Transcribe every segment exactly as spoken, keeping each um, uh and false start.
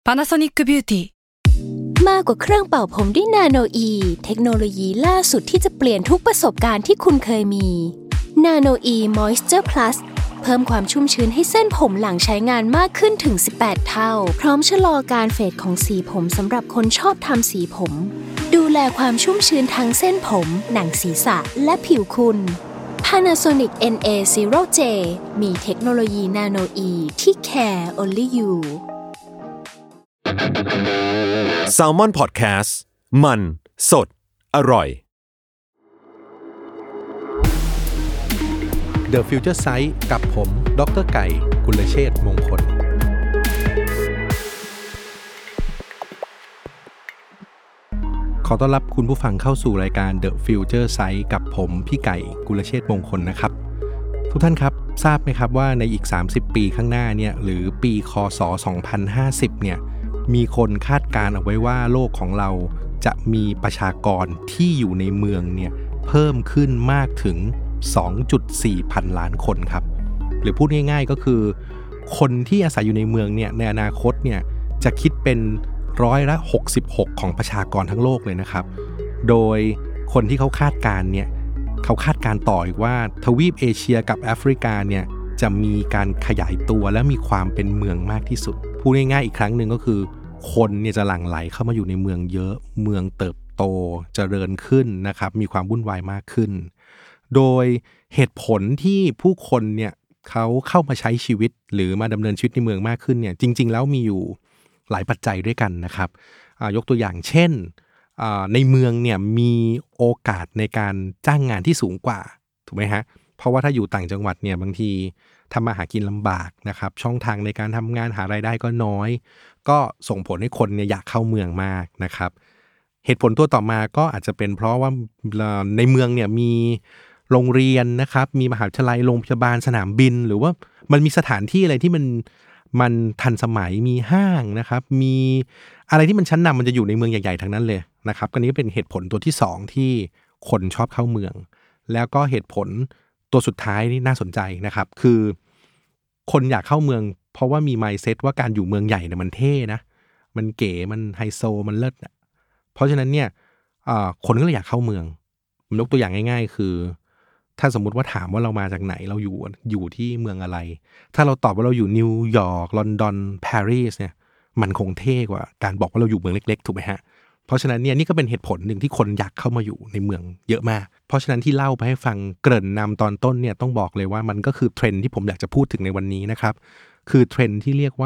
Panasonic Beauty มากกว่าเครื่องเป่าผมด้วยนาโนอีเทคโนโลยีล่าสุดที่จะเปลี่ยนทุกประสบการณ์ที่คุณเคยมีนาโนอีมอยส์เจอร์พลัสเพิ่มความชุ่มชื้นให้เส้นผมหลังใช้งานมากขึ้นถึงสิบแปดเท่าพร้อมชะลอการเฟดของสีผมสำหรับคนชอบทำสีผมดูแลความชุ่มชื้นทั้งเส้นผมหนังศีรษะและผิวคุณ Panasonic เอ็น เอ ศูนย์ เจ มีเทคโนโลยีนาโนอีที่ care only you Salmon Podcast มันสดอร่อย The Future Sight กับผมดร.ไก่กุลเชษฐ์มงคลขอต้อนรับคุณผู้ฟังเข้าสู่รายการ The Future Sight กับผมพี่ไก่กุลเชษฐ์มงคลนะครับทุกท่านครับทราบไหมครับว่าในอีกสามสิบปีข้างหน้าเนี่ยหรือปีคศสองพันห้าสิบเนี่ยมีคนคาดการณ์เอาไว้ว่าโลกของเราจะมีประชากรที่อยู่ในเมืองเนี่ยเพิ่มขึ้นมากถึง สองจุดสี่ พันล้านคนครับหรือพูดง่ายๆก็คือคนที่อาศัยอยู่ในเมืองเนี่ยในอนาคตเนี่ยจะคิดเป็นร้อยละหกสิบหกของประชากรทั้งโลกเลยนะครับโดยคนที่เขาคาดการณ์เนี่ยเขาคาดการณ์ต่ออีกว่าทวีปเอเชียกับแอฟริกาเนี่ยจะมีการขยายตัวและมีความเป็นเมืองมากที่สุดพูดง่ายๆอีกครั้งหนึ่งก็คือคนเนี่ยจะหลั่งไหลเข้ามาอยู่ในเมืองเยอะเมืองเติบโตเจริญขึ้นนะครับมีความวุ่นวายมากขึ้นโดยเหตุผลที่ผู้คนเนี่ยเขาเข้ามาใช้ชีวิตหรือมาดำเนินชีวิตในเมืองมากขึ้นเนี่ยจริงๆแล้วมีอยู่หลายปัจจัยด้วยกันนะครับยกตัวอย่างเช่นในเมืองเนี่ยมีโอกาสในการจ้างงานที่สูงกว่าถูกไหมฮะเพราะว่าถ้าอยู่ต่างจังหวัดเนี่ยบางทีทำมาหากินลำบากนะครับช่องทางในการทำงานหารายได้ก็น้อยก็ส่งผลให้คนเนี่ยอยากเข้าเมืองมากนะครับเหตุผลตัวต่อมาก็อาจจะเป็นเพราะว่าในเมืองเนี่ยมีโรงเรียนนะครับมีมหาวิทยาลัยโรงพยาบาลสนามบินหรือว่ามันมีสถานที่อะไรที่มันมันทันสมัยมีห้างนะครับมีอะไรที่มันชั้นนำมันจะอยู่ในเมืองใหญ่ๆทั้งนั้นเลยนะครับก็นี้ก็เป็นเหตุผลตัวที่สองที่คนชอบเข้าเมืองแล้วก็เหตุผลตัวสุดท้ายนี่น่าสนใจนะครับคือคนอยากเข้าเมืองเพราะว่ามี mindset ว่าการอยู่เมืองใหญ่เนี่ยมันเท่นะมันเก๋มันไฮโซมันเลิศอ่ะเพราะฉะนั้นเนี่ยคนก็เลยอยากเข้าเมืองยกตัวอย่างง่ายๆคือถ้าสมมุติว่าถามว่าเรามาจากไหนเราอยู่อยู่ที่เมืองอะไรถ้าเราตอบว่าเราอยู่นิวยอร์กลอนดอนปารีสเนี่ยมันคงเท่กว่าการบอกว่าเราอยู่เมืองเล็กๆถูกไหมฮะเพราะฉะนั้นเนี่ยนี่ก็เป็นเหตุผลหนึ่งที่คนอยากเข้ามาอยู่ในเมืองเยอะมากเพราะฉะนั้นที่เล่าไปให้ฟังเกริ่นนำตอนต้นเนี่ยต้องบอกเลยว่ามันก็คือเทรนด์ที่ผมอยากจะพูดถึงในวันนี้นะครับคือเทรนด์ที่เรียกว่า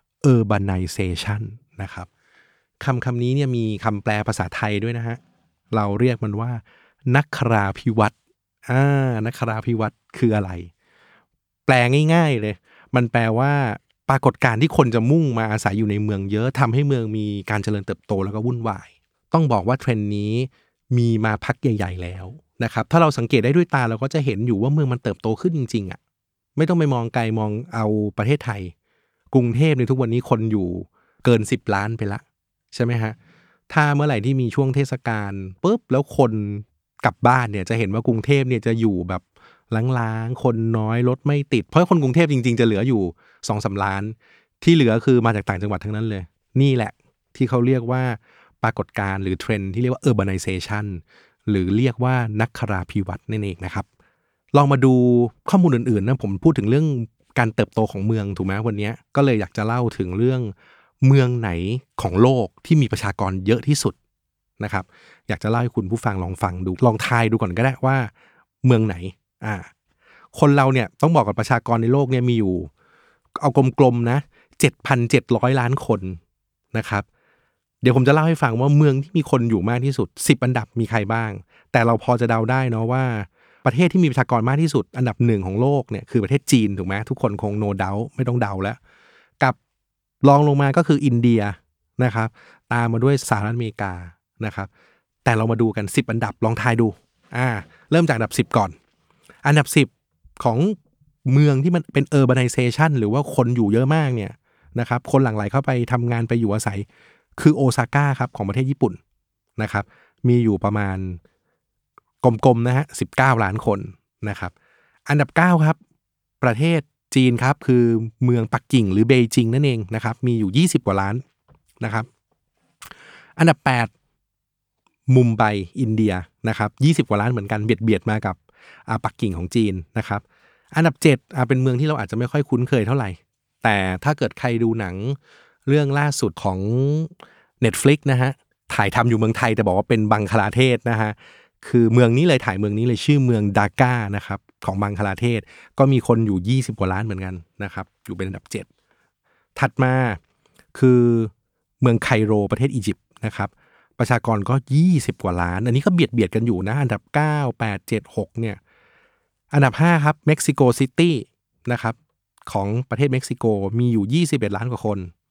urbanization นะครับคำคำนี้เนี่ยมีคำแปลภาษาไทยด้วยนะฮะเราเรียกมันว่านักคราภิวัตน์อ่านักคราภิวัตน์คืออะไรแปลง่ายๆเลยมันแปลว่าปรากฏการณ์ที่คนจะมุ่งมาอาศัยอยู่ในเมืองเยอะทำให้เมืองมีการเจริญเติบโตแล้วก็วุ่นวายต้องบอกว่าเทรนด์นี้มีมาพักใหญ่ๆแล้วนะครับถ้าเราสังเกตได้ด้วยตาเราก็จะเห็นอยู่ว่าเมืองมันเติบโตขึ้นจริงๆอ่ะไม่ต้องไปมองไกลมองเอาประเทศไทยกรุงเทพในทุกวันนี้คนอยู่เกินสิบล้านไปละใช่ไหมฮะถ้าเมื่อไหร่ที่มีช่วงเทศกาลปุ๊บแล้วคนกลับบ้านเนี่ยจะเห็นว่ากรุงเทพเนี่ยจะอยู่แบบล้างๆคนน้อยรถไม่ติดเพราะคนกรุงเทพจริงๆจะเหลืออยู่ สองถึงสาม ล้านที่เหลือคือมาจากต่างจังหวัดทั้งนั้นเลยนี่แหละที่เขาเรียกว่าปรากฏการณ์หรือเทรนด์ที่เรียกว่า urbanization หรือเรียกว่านักคราภิวัตน์นั่นเองนะครับลองมาดูข้อมูลอื่นๆนะผมพูดถึงเรื่องการเติบโตของเมืองถูกไหมวันนี้ก็เลยอยากจะเล่าถึงเรื่องเมืองไหนของโลกที่มีประชากรเยอะที่สุดนะครับอยากจะเล่าให้คุณผู้ฟังลองฟังดูลองทายดูก่อนก็ได้ว่าเมืองไหนอ่าคนเราเนี่ยต้องบอกกับประชากรในโลกเนี่ยมีอยู่เอากลมๆนะ เจ็ดพันเจ็ดร้อย ล้านคนนะครับเดี๋ยวผมจะเล่าให้ฟังว่าเมืองที่มีคนอยู่มากที่สุดสิบอันดับมีใครบ้างแต่เราพอจะเดาได้เนาะว่าประเทศที่มีประชากรมากที่สุดอันดับหนึ่งของโลกเนี่ยคือประเทศจีนถูกไหมทุกคนคงโนเดาไม่ต้องเดาแล้วกับรองลงมาก็คืออินเดียนะครับตามมาด้วยสหรัฐอเมริกานะครับแต่เรามาดูกันสิบอันดับลองทายดูอ่าเริ่มจากอันดับสิบก่อนอันดับสิบของเมืองที่มันเป็น urbanization หรือว่าคนอยู่เยอะมากเนี่ยนะครับคนหลั่งไหลเข้าไปทำงานไปอยู่อาศัยคือโอซาก้าครับของประเทศญี่ปุ่นนะครับมีอยู่ประมาณกลมๆนะฮะสิบเก้าล้านคนนะครับอันดับเก้าครับประเทศจีนครับคือเมืองปักกิ่งหรือเบจิงนั่นเองนะครับมีอยู่ยี่สิบกว่าล้านนะครับอันดับแปดมุมไบอินเดียนะครับยี่สิบกว่าล้านเหมือนกันเบียดเบียดมากับอ่าปักกิ่งของจีนนะครับอันดับเจ็ดอ่าเป็นเมืองที่เราอาจจะไม่ค่อยคุ้นเคยเท่าไหร่แต่ถ้าเกิดใครดูหนังเรื่องล่าสุดของ Netflix นะฮะถ่ายทำอยู่เมืองไทยแต่บอกว่าเป็นบังคลาเทศนะฮะคือเมืองนี้เลยถ่ายเมืองนี้เลยชื่อเมืองดาก้านะครับของบังคลาเทศก็มีคนอยู่ยี่สิบกว่าล้านเหมือนกันนะครับอยู่เป็นอันดับเจ็ดถัดมาคือเมืองไคโรประเทศอียิปต์นะครับประชากรก็ยี่สิบกว่าล้านอันนี้ก็เบียดเบียดกันอยู่นะอันดับเก้า แปด เจ็ด หกเนี่ยอันดับห้าครับเม็กซิโกซิตี้นะครับของประเทศเม็กซิโกมีอยู่ยี่สิบเอ็ดล้านกว่าคน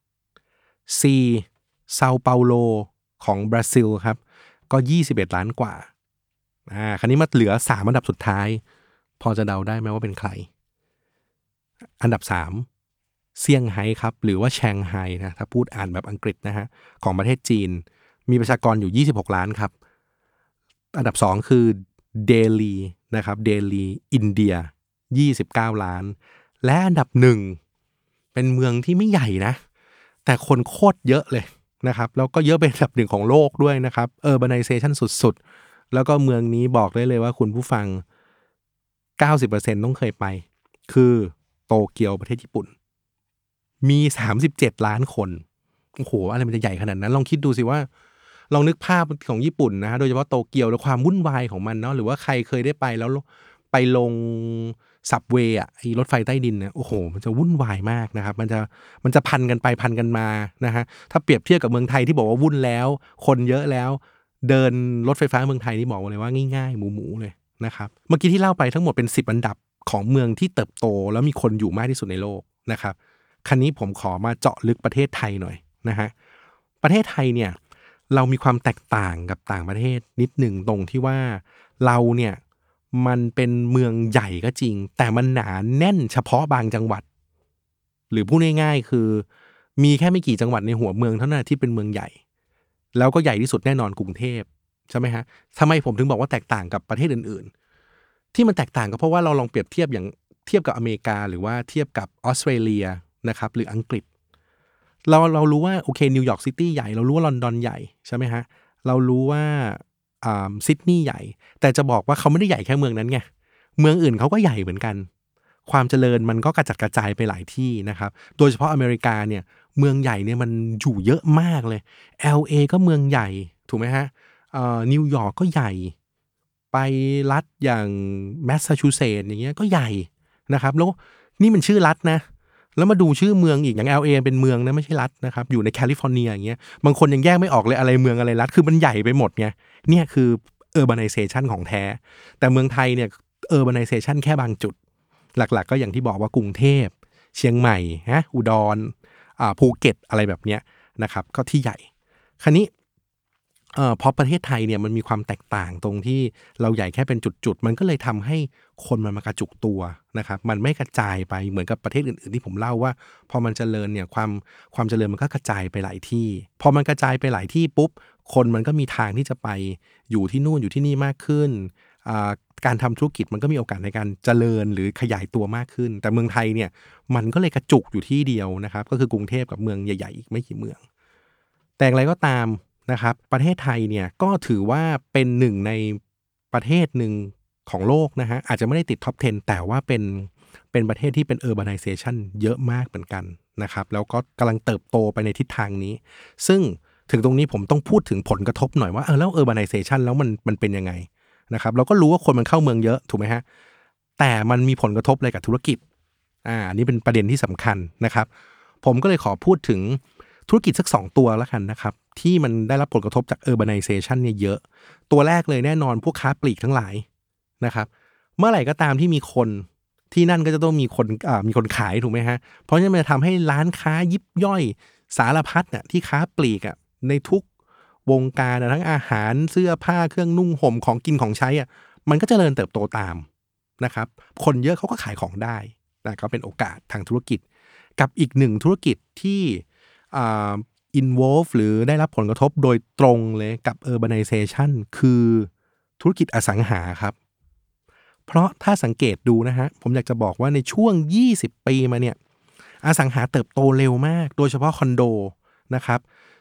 C เซาเปาโลของบราซิลครับก็ยี่สิบเอ็ดล้านกว่าอ่าคราวนี้มาเหลือสามอันดับสุดท้ายพอจะเดาได้ไหมว่าเป็นใครอันดับสามเซี่ยงไฮ้ครับหรือว่าแชงไฮ้นะถ้าพูดอ่านแบบอังกฤษนะฮะของประเทศจีนมีประชากรอยู่ยี่สิบหกล้านครับอันดับสองคือเดลีนะครับเดลีอินเดียยี่สิบเก้าล้านและอันดับหนึ่งเป็นเมืองที่ไม่ใหญ่นะแต่คนโคตรเยอะเลยนะครับแล้วก็เยอะเป็นอันดับหนึ่งของโลกด้วยนะครับ urbanization สุดๆแล้วก็เมืองนี้บอกได้เลยว่าคุณผู้ฟัง เก้าสิบเปอร์เซ็นต์ ต้องเคยไปคือโตเกียวประเทศญี่ปุ่นมีสามสิบเจ็ดล้านคนโอ้โหอะไรมันจะใหญ่ขนาดนั้นลองคิดดูสิว่าลองนึกภาพของญี่ปุ่นนะโดยเฉพาะโตเกียวและความวุ่นวายของมันเนาะหรือว่าใครเคยได้ไปแล้วไปลงซับเวย์อ่ะไอ้รถไฟใต้ดินเนี่ยโอ้โหมันจะวุ่นวายมากนะครับมันจะมันจะพันกันไปพันกันมานะฮะถ้าเปรียบเทียบกับเมืองไทยที่บอกว่าวุ่นแล้วคนเยอะแล้วเดินรถไฟฟ้าเมืองไทยนี่บอกเลยว่าง่ายๆหมูๆเลยนะครับเมื่อกี้ที่เล่าไปทั้งหมดเป็นสิบอันดับของเมืองที่เติบโตแล้วมีคนอยู่มากที่สุดในโลกนะครับคราวนี้ผมขอมาเจาะลึกประเทศไทยหน่อยนะฮะประเทศไทยเนี่ยเรามีความแตกต่างกับต่างประเทศนิดหนึ่งตรงที่ว่าเราเนี่ยมันเป็นเมืองใหญ่ก็จริงแต่มันหนาแน่นเฉพาะบางจังหวัดหรือพูดง่ายๆคือมีแค่ไม่กี่จังหวัดในหัวเมืองเท่านั้นที่เป็นเมืองใหญ่แล้วก็ใหญ่ที่สุดแน่นอนกรุงเทพใช่ไหมฮะทำไมผมถึงบอกว่าแตกต่างกับประเทศอื่นๆที่มันแตกต่างก็เพราะว่าเราลองเปรียบเทียบอย่างเทียบกับอเมริกาหรือว่าเทียบกับออสเตรเลียนะครับหรืออังกฤษเราเรารู้ว่าโอเคนิวยอร์กซิตี้ใหญ่เรารู้ว่าลอนดอนใหญ่ใช่ไหมฮะเรารู้ว่าอ่าซิดนีย์ใหญ่แต่จะบอกว่าเขาไม่ได้ใหญ่แค่เมืองนั้นไงเมืองอื่นเขาก็ใหญ่เหมือนกันความเจริญมันก็กระจัดกระจายไปหลายที่นะครับโดยเฉพาะอเมริกาเนี่ยเมืองใหญ่เนี่ยมันอยู่เยอะมากเลย แอล เอ ก็เมืองใหญ่ถูกไหมฮะเอ่อนิวยอร์กก็ใหญ่ไปรัฐอย่างแมสซาชูเซตส์อย่างเงี้ยก็ใหญ่นะครับแล้วนี่มันชื่อรัฐนะแล้วมาดูชื่อเมืองอีกอย่าง แอล เอ เป็นเมืองนะไม่ใช่รัฐนะครับอยู่ในแคลิฟอร์เนียอย่างเงี้ยบางคนยังแยกไม่ออกเลยอะไรเมืองอะไรรัฐคือมันใหญ่ไปหมดไงเนี่ยคือ urbanization ของแท้แต่เมืองไทยเนี่ย urbanization แค่บางจุดหลักๆก็อย่างที่บอกว่ากรุงเทพเชียงใหม่ฮะอุดรอ่าภูเก็ตอะไรแบบเนี้ยนะครับก็ที่ใหญ่คราวนี้เอ่อพอประเทศไทยเนี่ยมันมีความแตกต่างตรงที่เราใหญ่แค่เป็นจุดๆมันก็เลยทำให้คนมันมากระจุกตัวนะครับมันไม่กระจายไปเหมือนกับประเทศอื่นๆที่ผมเล่าว่าพอมันเจริญเนี่ยความความเจริญมันก็กระจายไปหลายที่พอมันกระจายไปหลายที่ปุ๊บคนมันก็มีทางที่จะไปอยู่ที่นู่นอยู่ที่นี่มากขึ้นอ่าการทำธุรกิจมันก็มีโอกาสในการเจริญหรือขยายตัวมากขึ้นแต่เมืองไทยเนี่ยมันก็เลยกระจุกอยู่ที่เดียวนะครับก็คือกรุงเทพกับเมืองใหญ่ๆอีกไม่กี่เมืองแต่อะไรก็ตามนะครับประเทศไทยเนี่ยก็ถือว่าเป็นหนึ่งในประเทศหนึ่งของโลกนะฮะอาจจะไม่ได้ติดท็อปสิบแต่ว่าเป็นเป็นประเทศที่เป็น urbanization เยอะมากเหมือนกันนะครับแล้วก็กำลังเติบโตไปในทิศทางนี้ซึ่งถึงตรงนี้ผมต้องพูดถึงผลกระทบหน่อยว่าเออแล้ว urbanization แล้วมันมันเป็นยังไงนะครับเราก็รู้ว่าคนมันเข้าเมืองเยอะถูกไหมฮะแต่มันมีผลกระทบอะไรกับธุรกิจอ่าอันนี้เป็นประเด็นที่สำคัญนะครับผมก็เลยขอพูดถึงธุรกิจสักสองตัวแล้วกันนะครับที่มันได้รับผลกระทบจาก urbanization เนี่ยเยอะตัวแรกเลยแน่นอนพวกค้าปลีกทั้งหลายนะครับเมื่อไหร่ก็ตามที่มีคนที่นั่นก็จะต้องมีคนอ่ามีคนขายถูกไหมฮะเพราะฉะนั้นมันจะทำให้ร้านค้ายิบย่อยสารพัดน่ะที่ค้าปลีกอ่ะในทุกวงการทั้งอาหารเสื้อผ้าเครื่องนุ่งห่มของกินของใช้อ่ะมันก็เจริญเติบโตตามนะครับคนเยอะเขาก็ขายของได้นะก็เป็นโอกาสทางธุรกิจกับอีกหนึ่งธุรกิจที่อ่า involve หรือได้รับผลกระทบโดยตรงเลยกับ urbanization คือธุรกิจอสังหาครับเพราะถ้าสังเกตดูนะฮะผมอยากจะบอกว่าในช่วงยี่สิบปีมาเนี่ยอสังหาเติบโตเร็วมากโดยเฉพาะคอนโดนะครับ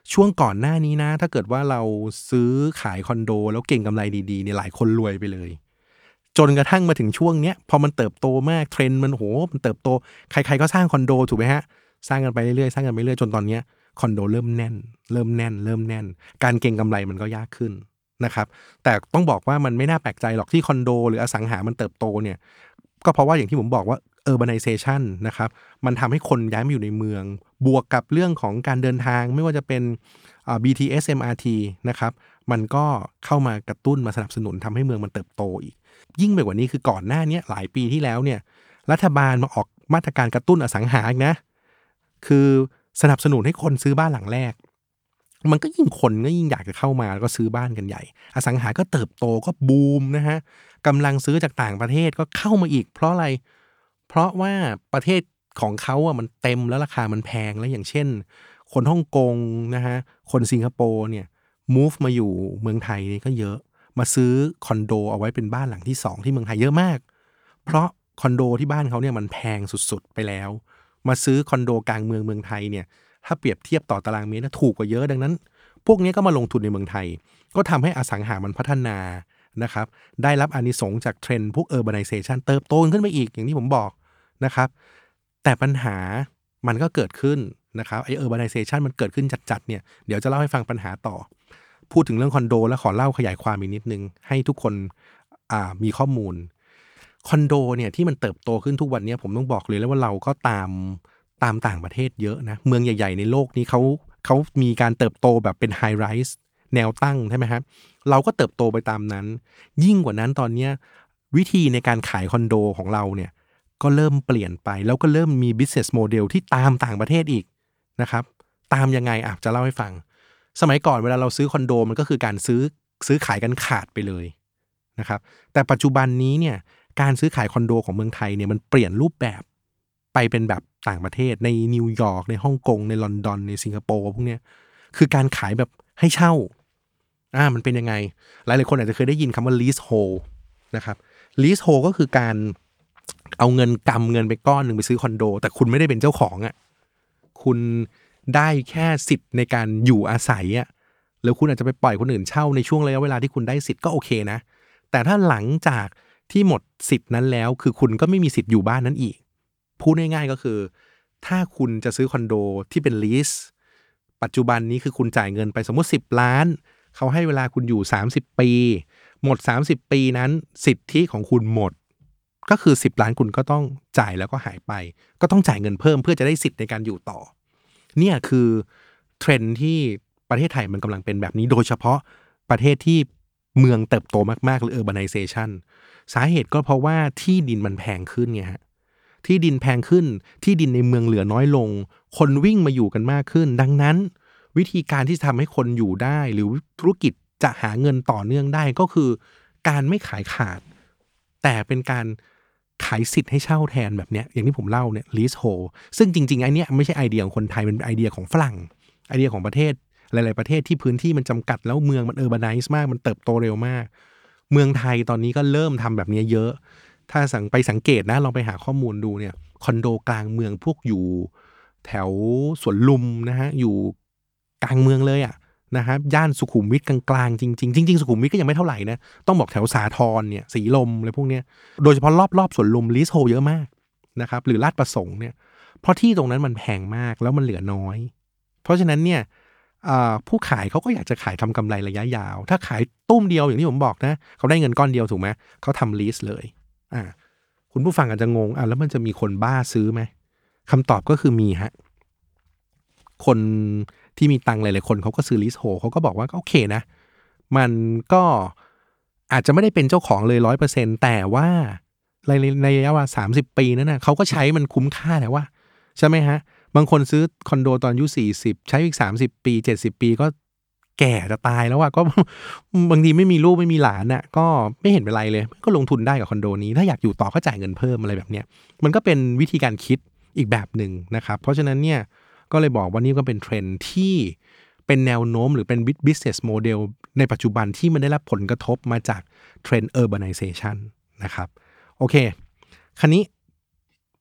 ช่วงก่อนหน้านี้นะถ้าเกิดว่าเราซื้อขายคอนโดแล้วเก่งกำไรดีๆเนี่ยหลายคนรวยไปเลยจนกระทั่งมาถึงช่วงเนี้ยพอมันเติบโตมากเทรนด์มันโหมันเติบโตใครๆก็สร้างคอนโดถูกไหมฮะสร้างกันไปเรื่อยๆสร้างกันไปเรื่อยจนตอนเนี้ยคอนโดเริ่มแน่นเริ่มแน่นเริ่มแน่นการเก็งกำไรมันก็ยากขึ้นนะครับแต่ต้องบอกว่ามันไม่น่าแปลกใจหรอกที่คอนโดหรืออสังหามันเติบโตเนี่ยก็เพราะว่าอย่างที่ผมบอกว่า urbanization นะครับมันทำให้คนย้ายมาอยู่ในเมืองบวกกับเรื่องของการเดินทางไม่ว่าจะเป็นอ่า บี ที เอส เอ็ม อาร์ ที นะครับมันก็เข้ามากระตุ้นมาสนับสนุนทำให้เมืองมันเติบโตอีกยิ่งไปกว่านี้คือก่อนหน้านี้หลายปีที่แล้วเนี่ยรัฐบาลมาออกมาตรการกระตุ้นอสังหาอีกนะคือสนับสนุนให้คนซื้อบ้านหลังแรกมันก็ยิ่งคนก็ยิ่งอยากจะเข้ามาแล้วก็ซื้อบ้านกันใหญ่อสังหาก็เติบโตก็บูมนะฮะกำลังซื้อจากต่างประเทศก็เข้ามาอีกเพราะอะไรเพราะว่าประเทศของเขาอ่ะมันเต็มแล้วราคามันแพงแล้วอย่างเช่นคนฮ่องกงนะฮะคนสิงคโปร์เนี่ย move มาอยู่เมืองไทยนี่ก็เยอะมาซื้อคอนโดเอาไว้เป็นบ้านหลังที่สองที่เมืองไทยเยอะมากเพราะคอนโดที่บ้านเขาเนี่ยมันแพงสุดๆไปแล้วมาซื้อคอนโดกลางเมืองเมืองไทยเนี่ยถ้าเปรียบเทียบต่อตารางเมตรถูกกว่าเยอะดังนั้นพวกนี้ก็มาลงทุนในเมืองไทยก็ทำให้อสังหามันพัฒนานะครับได้รับอานิสงส์จากเทรนด์พวก urbanization เติบโตขึ้นไปอีกอย่างที่ผมบอกนะครับแต่ปัญหามันก็เกิดขึ้นนะครับไอ้ urbanization มันเกิดขึ้นจัดๆเนี่ยเดี๋ยวจะเล่าให้ฟังปัญหาต่อพูดถึงเรื่องคอนโดแล้วขอเล่าขยายความอีกนิดนึงให้ทุกคนอ่ามีข้อมูลคอนโดเนี่ยที่มันเติบโตขึ้นทุกวันนี้ผมต้องบอกเลยแล้วว่าเราก็ตามตามต่างประเทศเยอะนะเมืองใหญ่ๆในโลกนี้เขาเขามีการเติบโตแบบเป็นไฮไรส์แนวตั้งใช่ไหมครับเราก็เติบโตไปตามนั้นยิ่งกว่านั้นตอนนี้วิธีในการขายคอนโดของเราเนี่ยก็เริ่มเปลี่ยนไปแล้วก็เริ่มมี business model ที่ตามต่างประเทศอีกนะครับตามยังไงอ่ะจะเล่าให้ฟังสมัยก่อนเวลาเราซื้อคอนโดมันก็คือการซื้อซื้อขายกันขาดไปเลยนะครับแต่ปัจจุบันนี้เนี่ยการซื้อขายคอนโดของเมืองไทยเนี่ยมันเปลี่ยนรูปแบบไปเป็นแบบต่างประเทศในนิวยอร์กในฮ่องกงในลอนดอนในสิงคโปร์พวกเนี้ยคือการขายแบบให้เช่าอ่ามันเป็นยังไงหลายๆคนอาจจะเคยได้ยินคำว่า leasehold นะครับ leasehold ก็คือการเอาเงินกำเงินไปก้อนหนึ่งไปซื้อคอนโดแต่คุณไม่ได้เป็นเจ้าของอ่ะคุณได้แค่สิทธิ์ในการอยู่อาศัยอ่ะแล้วคุณอาจจะไปปล่อยคนอื่นเช่าในช่วงระยะเวลาที่คุณได้สิทธิ์ก็โอเคนะแต่ถ้าหลังจากที่หมดสิทธิ์นั้นแล้วคือคุณก็ไม่มีสิทธิ์อยู่บ้านนั้นอีกพูดง่ายๆก็คือถ้าคุณจะซื้อคอนโดที่เป็นลีสปัจจุบันนี้คือคุณจ่ายเงินไปสมมติสิบล้านเขาให้เวลาคุณอยู่สามสิบปีหมดสามสิบปีนั้นสิทธิของคุณหมดก็คือสิบล้านคุณก็ต้องจ่ายแล้วก็หายไปก็ต้องจ่ายเงินเพิ่มเพื่อจะได้สิทธิ์ในการอยู่ต่อเนี่ยคือเทรนด์ที่ประเทศไทยมันกำลังเป็นแบบนี้โดยเฉพาะประเทศที่เมืองเติบโตมากๆหรือ urbanization สาเหตุก็เพราะว่าที่ดินมันแพงขึ้นไงฮะที่ดินแพงขึ้นที่ดินในเมืองเหลือน้อยลงคนวิ่งมาอยู่กันมากขึ้นดังนั้นวิธีการที่จะทำให้คนอยู่ได้หรือธุรกิจจะหาเงินต่อเนื่องได้ก็คือการไม่ขายขาดแต่เป็นการขายสิทธิ์ให้เช่าแทนแบบเนี้ยอย่างที่ผมเล่าเนี่ย leasehold ซึ่งจริงๆไอ้นี่ไม่ใช่ไอเดียของคนไทยเป็นไอเดียของฝรั่งไอเดียของประเทศหลายๆประเทศที่พื้นที่มันจำกัดแล้วเมืองมัน urbanize มากมันเติบโตเร็วมากเมืองไทยตอนนี้ก็เริ่มทำแบบนี้เยอะถ้าสังไปสังเกตนะลองไปหาข้อมูลดูเนี่ยคอนโดกลางเมืองพวกอยู่แถวสวนลุมนะฮะอยู่กลางเมืองเลยอ่ะนะครับย่านสุขุมวิทกลางๆจริงๆจริงๆสุขุมวิทก็ยังไม่เท่าไหร่นะต้องบอกแถวสาทรเนี่ยสีลมอะไรพวกเนี้ยโดยเฉพาะรอบๆสวนลุมลีสโฮเยอะมากนะครับหรือลาดประสงค์เนี่ยเพราะที่ตรงนั้นมันแพงมากแล้วมันเหลือน้อยเพราะฉะนั้นเนี่ยผู้ขายเขาก็อยากจะขายทำกำไรระยะยาวถ้าขายตุ้มเดียวอย่างที่ผมบอกนะเขาได้เงินก้อนเดียวถูกไหมเขาทำลีสเลยอ่าคุณผู้ฟังอาจจะงงอ่ะแล้วมันจะมีคนบ้าซื้อไหมคำตอบก็คือมีฮะคนที่มีตังค์หลายๆคนเขาก็ซื้อลีสโฮเขาก็บอกว่าโอเคนะมันก็อาจจะไม่ได้เป็นเจ้าของเลย ร้อยเปอร์เซ็นต์ แต่ว่าในในระยะเวลาสามสิบปีนั้นนะเขาก็ใช้มันคุ้มค่าแล้วว่าใช่ไหมฮะบางคนซื้อคอนโดตอนอายุสี่สิบใช้อีกสามสิบปีเจ็ดสิบปีก็แก่จะตายแล้วอ่ะก็บางทีไม่มีลูกไม่มีหลานน่ะก็ไม่เห็นเป็นไรเลยก็ลงทุนได้กับคอนโดนี้ถ้าอยากอยู่ต่อก็จ่ายเงินเพิ่มอะไรแบบเนี้ยมันก็เป็นวิธีการคิดอีกแบบนึงนะครับเพราะฉะนั้นเนี่ยก็เลยบอกว่านี่ก็เป็นเทรนด์ที่เป็นแนวโน้มหรือเป็น business model ในปัจจุบันที่มันได้รับผลกระทบมาจากเทรนด์ urbanization นะครับโอเคคราวนี้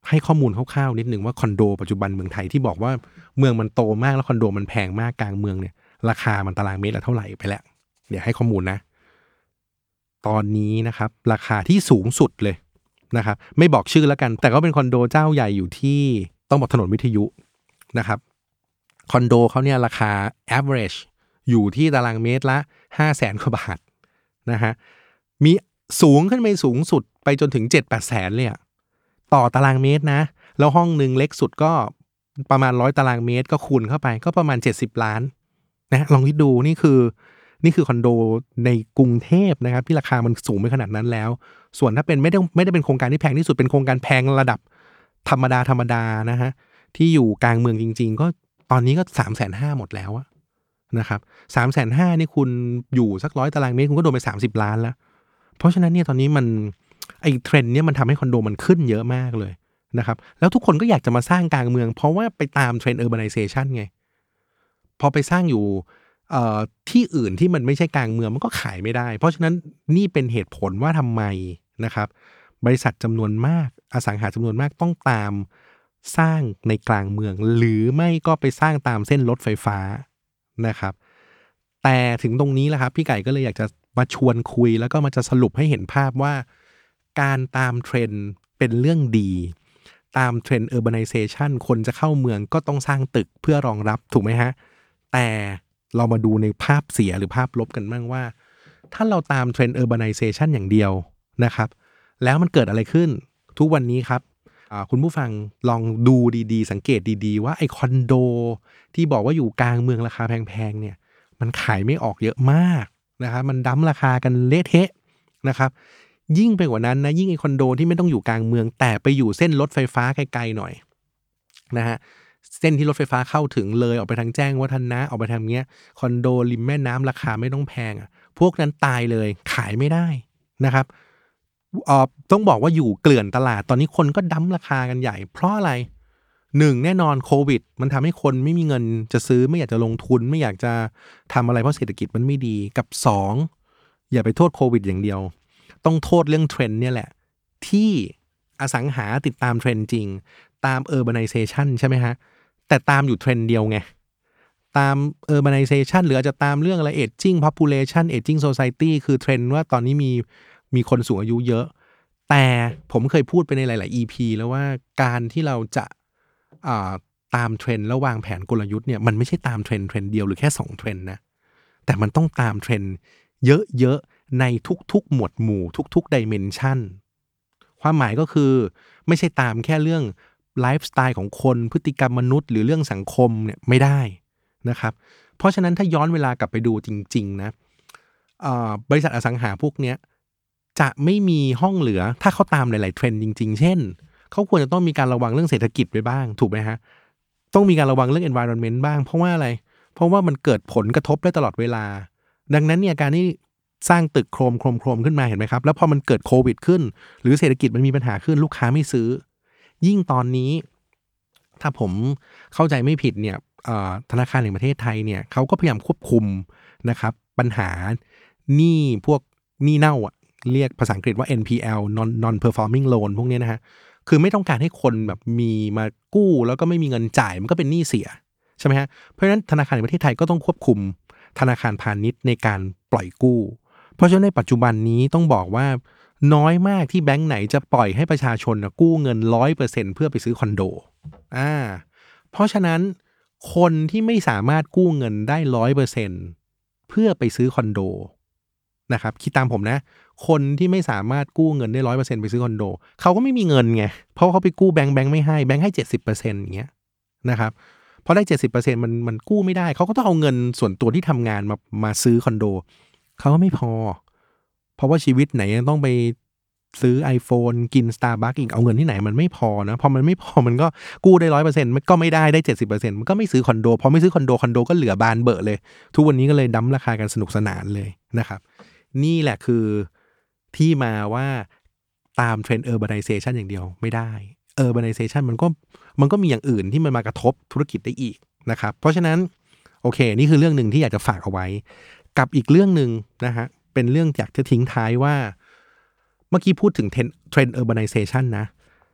ให้ข้อมูลคร่าวๆนิดนึงว่าคอนโดปัจจุบันเมืองไทยที่บอกว่าเมืองมันโตมากแล้วคอนโดมันแพงมากกลางเมืองเนี่ยราคามันตารางเมตรละเท่าไหร่ไปแล้วเดี๋ยวให้ข้อมูลนะตอนนี้นะครับราคาที่สูงสุดเลยนะครับไม่บอกชื่อแล้วกันแต่ก็เป็นคอนโดเจ้าใหญ่อยู่ที่ต้องบอกถนนวิทยุนะครับคอนโดเขาเนี่ยราคา average อยู่ที่ตารางเมตรละ ห้าแสน กว่าบาทนะฮะมีสูงขึ้นไปสูงสุดไปจนถึง เจ็ดแปด แสนเลยอะต่อตารางเมตรนะแล้วห้องนึงเล็กสุดก็ประมาณหนึ่งร้อยตารางเมตรก็คูณเข้าไปก็ประมาณเจ็ดสิบล้านนะลองคิดดูนี่คือนี่คือคอนโดในกรุงเทพนะครับที่ราคามันสูงไปขนาดนั้นแล้วส่วนถ้าเป็นไม่ได้ไม่ได้เป็นโครงการที่แพงที่สุดเป็นโครงการแพงระดับธรรมดาธรรมดานะฮะที่อยู่กลางเมืองจริงๆก็ตอนนี้ก็ สามแสนห้าหมื่น หมดแล้วอะนะครับ สามแสนห้าหมื่น นี่คุณอยู่สักร้อยตารางเมตรคุณก็โดนไปสามสิบล้านแล้วเพราะฉะนั้นเนี่ยตอนนี้มันไอ้เทรนด์เนี่ยมันทำให้คอนโดมันขึ้นเยอะมากเลยนะครับแล้วทุกคนก็อยากจะมาสร้างกลางเมืองเพราะว่าไปตามเทรนด์ urbanization ไงพอไปสร้างอยู่เอ่อที่อื่นที่มันไม่ใช่กลางเมืองมันก็ขายไม่ได้เพราะฉะนั้นนี่เป็นเหตุผลว่าทำไมนะครับบริษัทจำนวนมากอสังหาจำนวนมากต้องตามสร้างในกลางเมืองหรือไม่ก็ไปสร้างตามเส้นรถไฟฟ้านะครับแต่ถึงตรงนี้แหละครับพี่ไก่ก็เลยอยากจะมาชวนคุยแล้วก็มาจะสรุปให้เห็นภาพว่าการตามเทรนด์เป็นเรื่องดีตามเทรนด์ urbanization คนจะเข้าเมืองก็ต้องสร้างตึกเพื่อรองรับถูกไหมฮะแต่เรามาดูในภาพเสียหรือภาพลบกันบ้างว่าถ้าเราตามเทรนด์ urbanization อย่างเดียวนะครับแล้วมันเกิดอะไรขึ้นทุกวันนี้ครับคุณผู้ฟังลองดูดีๆสังเกตดีๆว่าไอ้คอนโดที่บอกว่าอยู่กลางเมืองราคาแพงๆเนี่ยมันขายไม่ออกเยอะมากนะครับมันดั้มราคากันเละเทะนะครับยิ่งไปกว่านั้นนะยิ่งไอ้คอนโดที่ไม่ต้องอยู่กลางเมืองแต่ไปอยู่เส้นรถไฟฟ้าไกลๆหน่อยนะฮะเส้นที่รถไฟฟ้าเข้าถึงเลยออกไปทางแจ้งวัฒนะออกไปทางเงี้ยคอนโดริมแม่น้ำราคาไม่ต้องแพงอ่ะพวกนั้นตายเลยขายไม่ได้นะครับเอ่อต้องบอกว่าอยู่เกลื่อนตลาดตอนนี้คนก็ดั้มราคากันใหญ่เพราะอะไรหนึ่งแน่นอนโควิดมันทำให้คนไม่มีเงินจะซื้อไม่อยากจะลงทุนไม่อยากจะทำอะไรเพราะเศรษฐกิจมันไม่ดีกับสองอย่าไปโทษโควิดอย่างเดียวต้องโทษเรื่องเทรนด์เนี่ยแหละที่อสังหาติดตามเทรนด์จริงตาม urbanization ใช่ไหมฮะแต่ตามอยู่เทรนด์เดียวไงตาม urbanization หรืออาจจะตามเรื่องอะไร aging population aging society คือเทรนด์ว่าตอนนี้มีมีคนสูงอายุเยอะแต่ผมเคยพูดไปในหลายๆ อี พี แล้วว่าการที่เราจะอ่าตามเทรนด์แล้ววางแผนกลยุทธ์เนี่ยมันไม่ใช่ตามเทรนด์เทรนด์เดียวหรือแค่สองเทรนด์นะแต่มันต้องตามเทรนด์เยอะๆในทุกๆหมวดหมู่ทุกๆ dimension ความหมายก็คือไม่ใช่ตามแค่เรื่องไลฟ์สไตล์ของคนพฤติกรรมมนุษย์หรือเรื่องสังคมเนี่ยไม่ได้นะครับเพราะฉะนั้นถ้าย้อนเวลากลับไปดูจริงๆนะบริษัทอสังหาพวกเนี้ยจะไม่มีห้องเหลือถ้าเขาตามหลายๆเทรนด์จริงๆเช่นเขาควรจะต้องมีการระวังเรื่องเศรษฐกิจไว้บ้างถูกไหมฮะต้องมีการระวังเรื่อง environment บ้างเพราะว่าอะไรเพราะว่ามันเกิดผลกระทบได้ตลอดเวลาดังนั้นเนี่ยการที่สร้างตึกโครมโครมโครมขึ้นมาเห็นไหมครับแล้วพอมันเกิดโควิดขึ้นหรือเศรษฐกิจมันมีปัญหาขึ้นลูกค้าไม่ซื้อยิ่งตอนนี้ถ้าผมเข้าใจไม่ผิดเนี่ยธนาคารแห่งประเทศไทยเนี่ยเขาก็พยายามควบคุมนะครับปัญหาหนี้พวกหนี้เน่าอ่ะเรียกภาษาอังกฤษว่า เอ็น พี แอล non non performing loan พวกนี้นะฮะคือไม่ต้องการให้คนแบบมีมากู้แล้วก็ไม่มีเงินจ่ายมันก็เป็นหนี้เสียใช่ไหมฮะเพราะฉะนั้นธนาคารแห่งประเทศไทยก็ต้องควบคุมธนาคารพาณิชย์ในการปล่อยกู้เพราะฉะนั้นในปัจจุบันนี้ต้องบอกว่าน้อยมากที่แบงก์ไหนจะปล่อยให้ประชาชนกู้เงิน ร้อยเปอร์เซ็นต์ เพื่อไปซื้อคอนโดอ่าเพราะฉะนั้นคนที่ไม่สามารถกู้เงินได้ ร้อยเปอร์เซ็นต์ เพื่อไปซื้อคอนโดนะครับคิดตามผมนะคนที่ไม่สามารถกู้เงินได้ ร้อยเปอร์เซ็นต์ ไปซื้อคอนโดเขาก็ไม่มีเงินไงเพราะเขาไปกู้แบงก์แบงก์ไม่ให้แบงก์ให้ เจ็ดสิบเปอร์เซ็นต์ อย่างเงี้ยนะครับพอได้ เจ็ดสิบเปอร์เซ็นต์ มันมันกู้ไม่ได้เขาก็ต้องเอาเงินส่วนตัวที่ทำงานมามาซื้อคอนโดเขาก็ไม่พอเพราะว่าชีวิตไหนยังต้องไปซื้อ iPhone กิน Starbucks อีกเอาเงินที่ไหนมันไม่พอนะพอมันไม่พอมันก็กู้ได้ ร้อยเปอร์เซ็นต์ มันก็ไม่ได้ได้ เจ็ดสิบเปอร์เซ็นต์ มันก็ไม่ซื้อคอนโดพอไม่ซื้อคอนโดคอนโดก็เหลือบานเบอะเลยทุกวันนี้ก็เลยดั้มราคากันสนุกสนานเลยนะครับนี่แหละคือที่มาว่าตามเทรนด์ urbanization อย่างเดียวไม่ได้ urbanization มันก็มันก็มีอย่างอื่นที่มันมากระทบธุรกิจได้อีกนะครับเพราะฉะนั้นโอเคนี่คือเรื่องนึงที่อยากจะฝากเอาไว้กับอีกเรื่องนึงนะฮะเป็นเรื่องอยากจะทิ้งท้ายว่าเมื่อกี้พูดถึงเทรนด์ urbanization นะ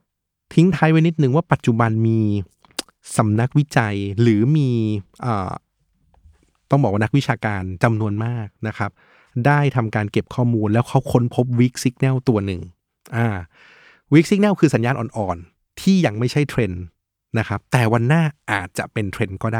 ทิ้งท้ายไว้นิดนึงว่าปัจจุบันมีสำนักวิจัยหรือมีต้องบอกว่านักวิชาการจำนวนมากนะครับได้ทำการเก็บข้อมูลแล้วเขาค้นพบ weak signal ตัวหนึ่งอ่า weak signal คือสัญญาณอ่อนๆที่ยังไม่ใช่เทรนด์นะครับแต่วันหน้าอาจจะเป็นเทรนด์ก็ได้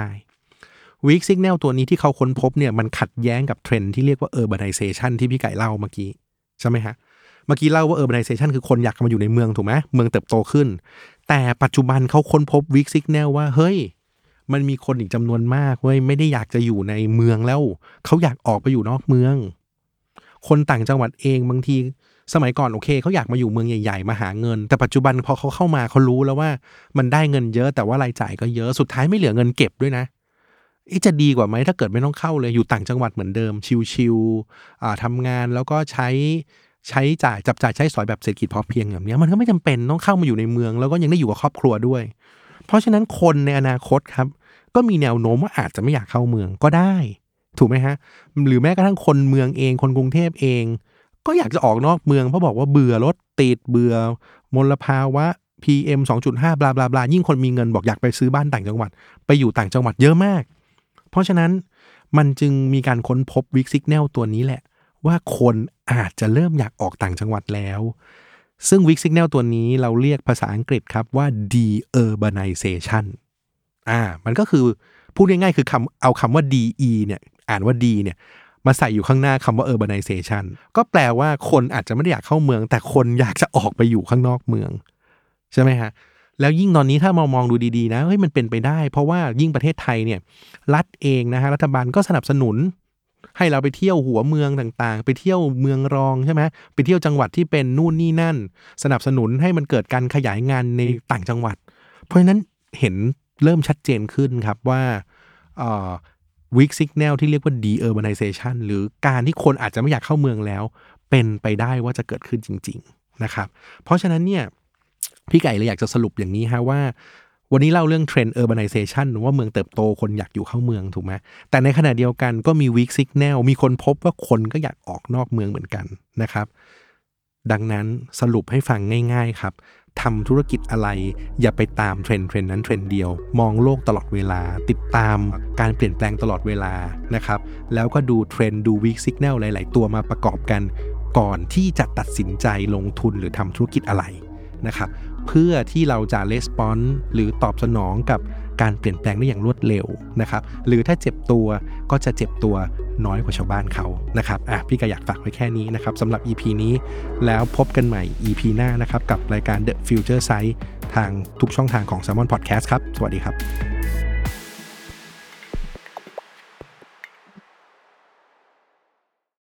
weak signal ตัวนี้ที่เขาค้นพบเนี่ยมันขัดแย้งกับเทรนด์ที่เรียกว่า urbanization ที่พี่ไก่เล่าเมื่อกี้ใช่ไหมฮะเมื่อกี้เล่าว่า urbanization คือคนอยากมาอยู่ในเมืองถูกไหมเมืองเติบโตขึ้นแต่ปัจจุบันเขาค้นพบ weak signal ว่าเฮ้ยมันมีคนอีกจำนวนมากเว้ยไม่ได้อยากจะอยู่ในเมืองแล้วเขาอยากออกไปอยู่นอกเมืองคนต่างจังหวัดเองบางทีสมัยก่อนโอเคเขาอยากมาอยู่เมืองใหญ่ๆมาหาเงินแต่ปัจจุบันพอเขาเข้ามาเขารู้แล้วว่ามันได้เงินเยอะแต่ว่ารายจ่ายก็เยอะสุดท้ายไม่เหลือเงินเก็บด้วยนะจะดีกว่าไหมถ้าเกิดไม่ต้องเข้าเลยอยู่ต่างจังหวัดเหมือนเดิมชิลๆทำงานแล้วก็ใช้ใช้จ่ายจับจ่ายใช้สอยแบบเศรษฐกิจพอเพียงอย่างนี้มันก็ไม่จำเป็นต้องเข้ามาอยู่ในเมืองแล้วก็ยังได้อยู่กับครอบครัวด้วยเพราะฉะนั้นคนในอนาคตครับก็มีแนวโน้มว่าอาจจะไม่อยากเข้าเมืองก็ได้ถูกไหมฮะหรือแม้กระทั่งคนเมืองเองคนกรุงเทพเองก็อยากจะออกนอกเมืองเพราะบอกว่าเบื่อรถติดเบื่อมลภาวะ พี เอ็ม สองจุดห้า บลาบลาบลายิ่งคนมีเงินบอกอยากไปซื้อบ้านต่างจังหวัดไปอยู่ต่างจังหวัดเยอะมากเพราะฉะนั้นมันจึงมีการค้นพบ weak signal ตัวนี้แหละว่าคนอาจจะเริ่มอยากออกต่างจังหวัดแล้วซึ่ง weak signal ตัวนี้เราเรียกภาษาอังกฤษครับว่า de-urbanization อ่ามันก็คือพูดง่ายๆคือคำเอาคำว่า de เนี่ยอ่านว่า d เนี่ยมาใส่อยู่ข้างหน้าคำว่า urbanization ก็แปลว่าคนอาจจะไม่ได้อยากเข้าเมืองแต่คนอยากจะออกไปอยู่ข้างนอกเมืองใช่ไหมฮะแล้วยิ่งตอนนี้ถ้ามองมองดูดีๆนะเฮ้ยมันเป็นไปได้เพราะว่ายิ่งประเทศไทยเนี่ยรัฐเองนะฮะรัฐบาลก็สนับสนุนให้เราไปเที่ยวหัวเมืองต่างๆไปเที่ยวเมืองรองใช่ไหมไปเที่ยวจังหวัดที่เป็นนู่นนี่นั่นสนับสนุนให้มันเกิดการขยายงานในต่างจังหวัดเพราะฉะนั้นเห็นเริ่มชัดเจนขึ้นครับว่าเอ่อ weak signal ที่เรียกว่า de-urbanization หรือการที่คนอาจจะไม่อยากเข้าเมืองแล้วเป็นไปได้ว่าจะเกิดขึ้นจริงๆนะครับเพราะฉะนั้นเนี่ยพี่ไก่เลยอยากจะสรุปอย่างนี้ฮะว่าวันนี้เล่าเรื่องเทรนด์ urbanization ว่าเมืองเติบโตคนอยากอยู่เข้าเมืองถูกไหมแต่ในขณะเดียวกันก็มี weak signal มีคนพบว่าคนก็อยากออกนอกเมืองเหมือนกันนะครับดังนั้นสรุปให้ฟังง่ายๆครับทำธุรกิจอะไรอย่าไปตามเทรนด์เทรนด์นั้นเทรนด์เดียวมองโลกตลอดเวลาติดตามการเปลี่ยนแปลงตลอดเวลานะครับแล้วก็ดูเทรนด์ดู weak signal หลายๆตัวมาประกอบกันก่อนที่จะตัดสินใจลงทุนหรือทำธุรกิจอะไรนะครับเพื่อที่เราจะ respond หรือตอบสนองกับการเปลี่ยนแปลงได้อย่างรวดเร็วนะครับหรือถ้าเจ็บตัวก็จะเจ็บตัวน้อยกว่าชาวบ้านเขานะครับอ่ะพี่ก็อยากฝากไว้แค่นี้นะครับสำหรับ อี พี นี้แล้วพบกันใหม่ อี พี หน้านะครับกับรายการ The Future Sight ทางทุกช่องทางของ Salmon Podcast ครับสวัสดีครับ